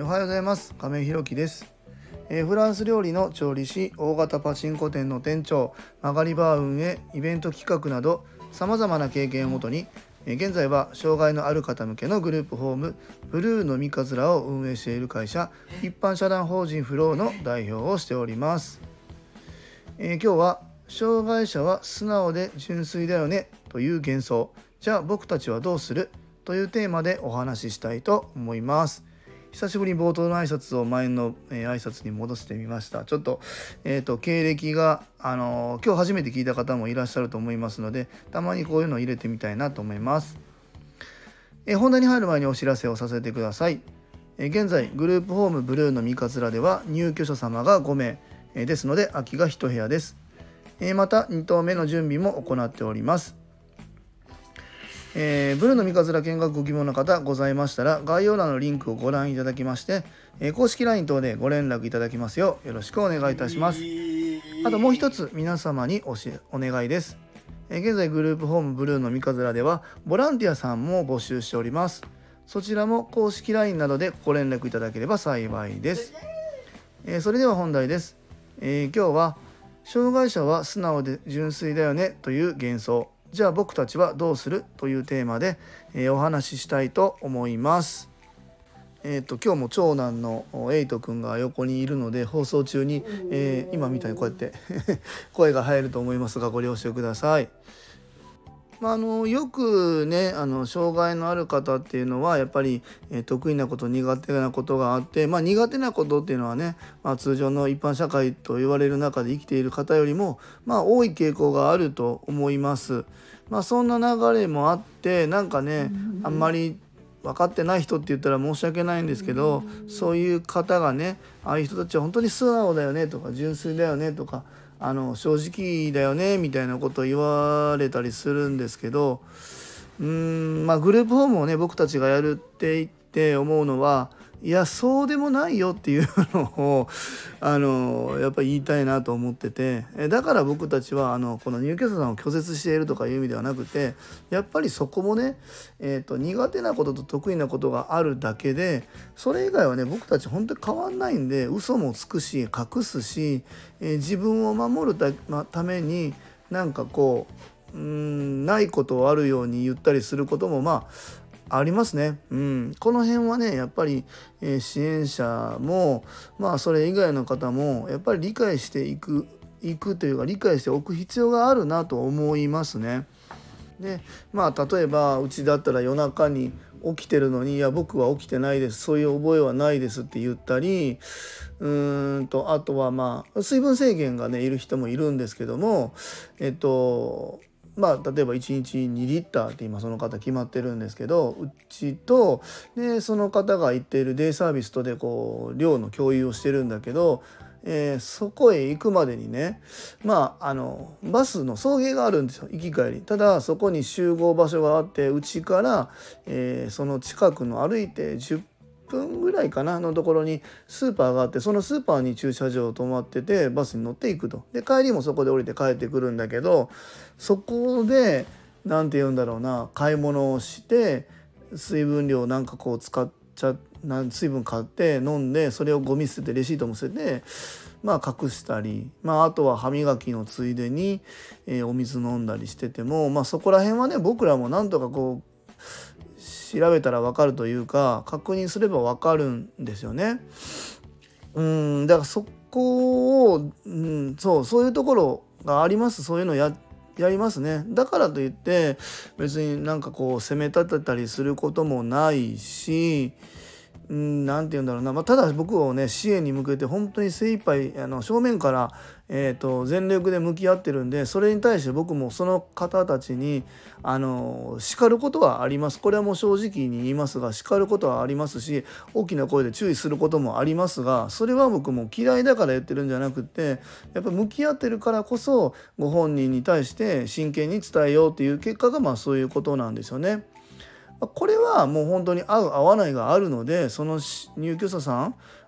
おはようございます。亀井ひろきです。フランス料理の調理師、大型パチンコ店の店長、曲がりバー運営、イベント企画などさまざまな経験をもとに、現在は障害のある方向けのグループホームブルーのみかずらを運営している会社、一般社団法人フローの代表をしております。今日は障害者は素直で純粋だよねという幻想、じゃあ僕たちはどうするというテーマでお話ししたいと思います。久しぶりに冒頭の挨拶を前の、挨拶に戻してみました。ちょっと、経歴が、今日初めて聞いた方もいらっしゃると思いますので、たまにこういうのを入れてみたいなと思います。本題に入る前にお知らせをさせてください。現在グループホームブルーのみかずらでは入居者様が5名、ですので空きが1部屋です。また2棟目の準備も行っております。ブルーのみかずら見学ご希望の方ございましたら、概要欄のリンクをご覧いただきまして、公式 LINE 等でご連絡いただきますようよろしくお願いいたします。あともう一つ皆様にお願いです。現在グループホームブルーのみかずらではボランティアさんも募集しております。そちらも公式 LINE などでご連絡いただければ幸いです。それでは本題です。今日は障害者は素直で純粋だよねという幻想、じゃあ僕たちはどうするというテーマで、お話ししたいと思います。今日も長男のエイトくんが横にいるので放送中に、今みたいにこうやって声が入ると思いますがご了承ください。よくね障害のある方っていうのはやっぱり、得意なこと苦手なことがあって、苦手なことっていうのはね、通常の一般社会と言われる中で生きている方よりも多い傾向があると思います。そんな流れもあってなんかねあんまり分かってない人って言ったら申し訳ないんですけど、そういう方がねああいう人たちは本当に素直だよねとか純粋だよねとか正直だよねみたいなことを言われたりするんですけど、グループホームをね僕たちがやるって言って思うのは、いやそうでもないよっていうのをやっぱり言いたいなと思ってて、だから僕たちはこの入居者さんを拒絶しているとかいう意味ではなくて、やっぱりそこもね、苦手なことと得意なことがあるだけで、それ以外はね僕たち本当に変わんないんで、嘘もつくし隠すし、自分を守るためになんかこうないことをあるように言ったりすることもありますね。この辺はねやっぱり、支援者もそれ以外の方もやっぱり理解していくというか理解しておく必要があるなと思いますね。で例えばうちだったら夜中に起きてるのに、いや僕は起きてないです、そういう覚えはないですって言ったり、あとは水分制限がねいる人もいるんですけども、例えば1日2リッターって今その方決まってるんですけど、うちとでその方が行っているデイサービスとでこう量の共有をしてるんだけど、そこへ行くまでにねバスの送迎があるんですよ、行き帰り。ただそこに集合場所があって、うちから、その近くの歩いて10分ぐらいかなのところにスーパーがあって、そのスーパーに駐車場止まっててバスに乗っていくと。で帰りもそこで降りて帰ってくるんだけど、そこでなんて言うんだろうな、買い物をして水分量なんかこう使っちゃ水分買って飲んで、それをゴミ捨ててレシートも捨てて隠したり、あとは歯磨きのついでに、お水飲んだりしてても、そこら辺はね僕らもなんとかこう調べたら分かるというか確認すれば分かるんですよね。だからそこを、そういうところがあります。そういうのやりますね。だからといって別になんかこう責め立てたりすることもないし、なんて言うんだろうな、ただ僕をね支援に向けて本当に精一杯正面から、全力で向き合ってるんで、それに対して僕もその方たちに叱ることはあります。これはもう正直に言いますが、叱ることはありますし、大きな声で注意することもありますが、それは僕も嫌いだから言ってるんじゃなくて、やっぱ向き合ってるからこそご本人に対して真剣に伝えようっていう結果がそういうことなんですよね。これはもう本当に合う合わないがあるので、その入居者さん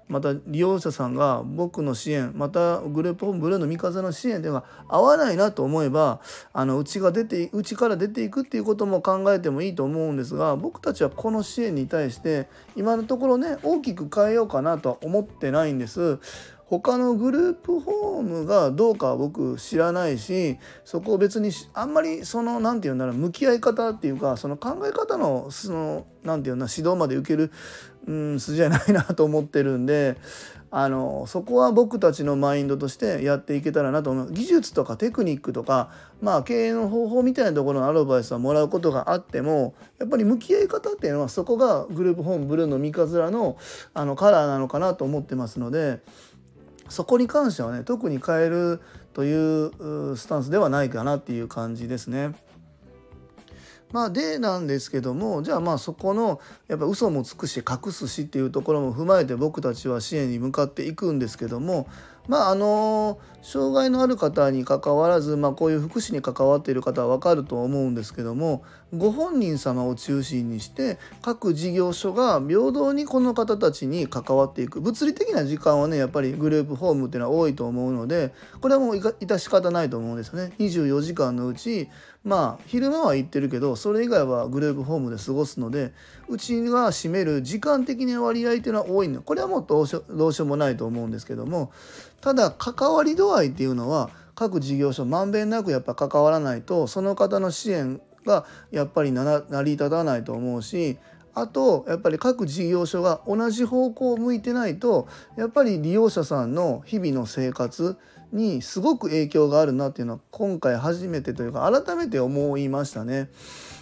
また利用者さんが僕の支援、またグループホームブルーの三風の支援では合わないなと思えばうちから出ていくっていうことも考えてもいいと思うんですが、僕たちはこの支援に対して今のところね大きく変えようかなとは思ってないんです。他のグループホームがどうかは僕知らないし、そこを別にあんまりなんていうんだろう、向き合い方っていうかその考え方のなんていうの指導まで受ける筋じゃないなと思ってるんで、そこは僕たちのマインドとしてやっていけたらなと思う。技術とかテクニックとか経営の方法みたいなところのアドバイスはもらうことがあっても、やっぱり向き合い方っていうのはそこがグループホームブルーの三日面のカラーなのかなと思ってますので、そこに関してはね特に変えるというスタンスではないかなっていう感じですね。でなんですけども、じゃあそこのやっぱ嘘もつくし隠すしっていうところも踏まえて僕たちは支援に向かっていくんですけども、障害のある方に関わらず、こういう福祉に関わっている方は分かると思うんですけども、ご本人様を中心にして各事業所が平等にこの方たちに関わっていく。物理的な時間はねやっぱりグループホームっていうのは多いと思うので、これはもう致し方ないと思うんですよね。24時間のうち昼間は行ってるけどそれ以外はグループホームで過ごすので、うちが占める時間的な割合っていうのは多いの。これはもうどうしようもないと思うんですけども、ただ関わり度合いっていうのは各事業所まんべんなくやっぱ関わらないとその方の支援がやっぱり成り立たないと思うし、あとやっぱり各事業所が同じ方向を向いてないとやっぱり利用者さんの日々の生活にすごく影響があるなっていうのは今回初めてというか改めて思いましたね。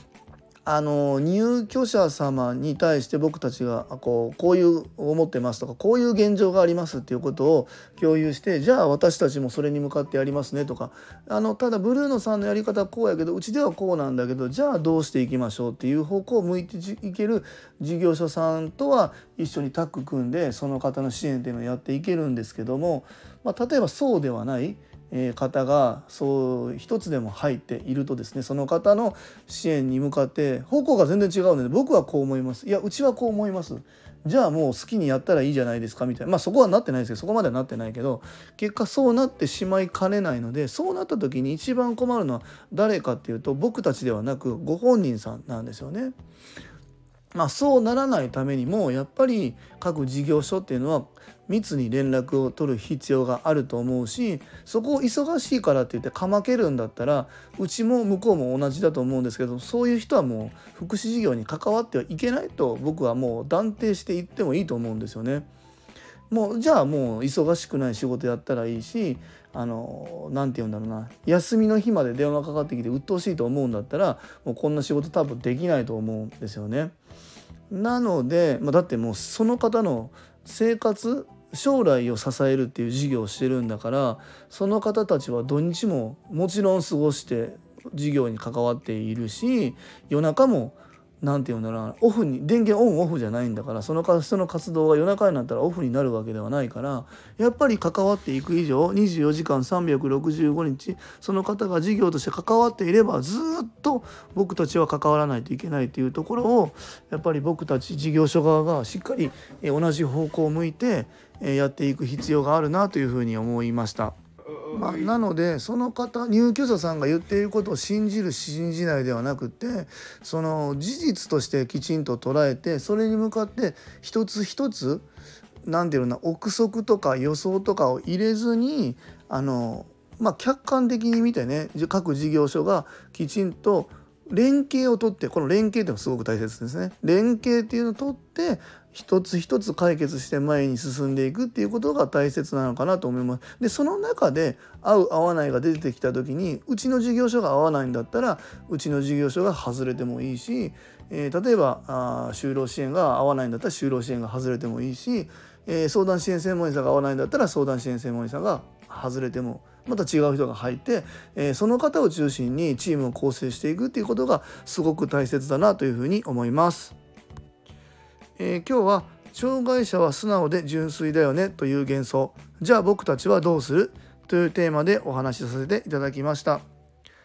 入居者様に対して僕たちがこういう思ってますとかこういう現状がありますっていうことを共有して、じゃあ私たちもそれに向かってやりますねとか、ただブルーノさんのやり方はこうやけどうちではこうなんだけどじゃあどうしていきましょうっていう方向を向いていける事業所さんとは一緒にタッグ組んでその方の支援っていうのをやっていけるんですけども、例えばそうではない方がそう一つでも入っているとですね、その方の支援に向かって方向が全然違うので、僕はこう思います、いやうちはこう思います、じゃあもう好きにやったらいいじゃないですかみたいな、そこはなってないですけど、そこまではなってないけど結果そうなってしまいかねないので、そうなった時に一番困るのは誰かっていうと僕たちではなくご本人さんなんですよね。そうならないためにもやっぱり各事業所っていうのは密に連絡を取る必要があると思うし、そこを忙しいからって言ってかまけるんだったらうちも向こうも同じだと思うんですけど、そういう人はもう福祉事業に関わってはいけないと僕はもう断定して言ってもいいと思うんですよね。じゃあもう忙しくない仕事やったらいいし、なんて言うんだろうな、休みの日まで電話かかってきて鬱陶しいと思うんだったらもうこんな仕事多分できないと思うんですよね。なので、だってもうその方の生活将来を支えるっていう事業をしてるんだから、その方たちは土日ももちろん過ごして事業に関わっているし、夜中もなんていうんだろうな、オフに電源オンオフじゃないんだから、その活動が夜中になったらオフになるわけではないから、やっぱり関わっていく以上24時間365日その方が事業として関わっていればずっと僕たちは関わらないといけないというところをやっぱり僕たち事業所側がしっかり同じ方向を向いてやっていく必要があるなというふうに思いました。なのでその方入居者さんが言っていることを信じる信じないではなくて、その事実としてきちんと捉えてそれに向かって一つ一つなんていうのな憶測とか予想とかを入れずに客観的に見てね、各事業所がきちんと連携をとって、この連携っていうのはすごく大切ですね。連携っていうのをとって一つ一つ解決して前に進んでいくっていうことが大切なのかなと思います。でその中で合う合わないが出てきた時にうちの事業所が合わないんだったらうちの事業所が外れてもいいし、例えば就労支援が合わないんだったら就労支援が外れてもいいし、相談支援専門員さんが合わないんだったら相談支援専門員さんが外れてもまた違う人が入って、その方を中心にチームを構成していくっていうことがすごく大切だなというふうに思います。今日は障害者は素直で純粋だよねという幻想、じゃあ僕たちはどうするというテーマでお話しさせていただきました。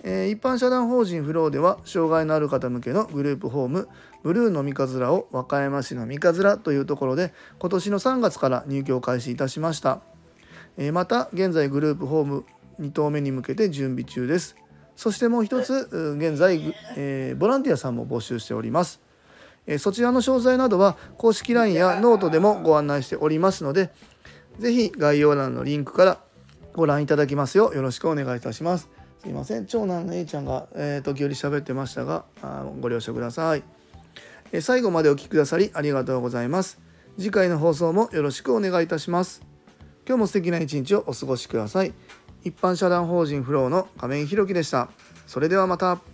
一般社団法人フローでは障害のある方向けのグループホームブルーのみかずらを和歌山市のみかずらというところで今年の3月から入居を開始いたしました。また現在グループホーム2棟目に向けて準備中です。そしてもう一つ現在、ボランティアさんも募集しております。そちらの詳細などは公式 LINE やノートでもご案内しておりますので、ぜひ概要欄のリンクからご覧いただきますようよろしくお願いいたします。すいません、長男の A ちゃんが、時折喋ってましたがご了承ください。最後までお聞きくださりありがとうございます。次回の放送もよろしくお願いいたします。今日も素敵な一日をお過ごしください。一般社団法人フローの亀井宏樹でした。それではまた。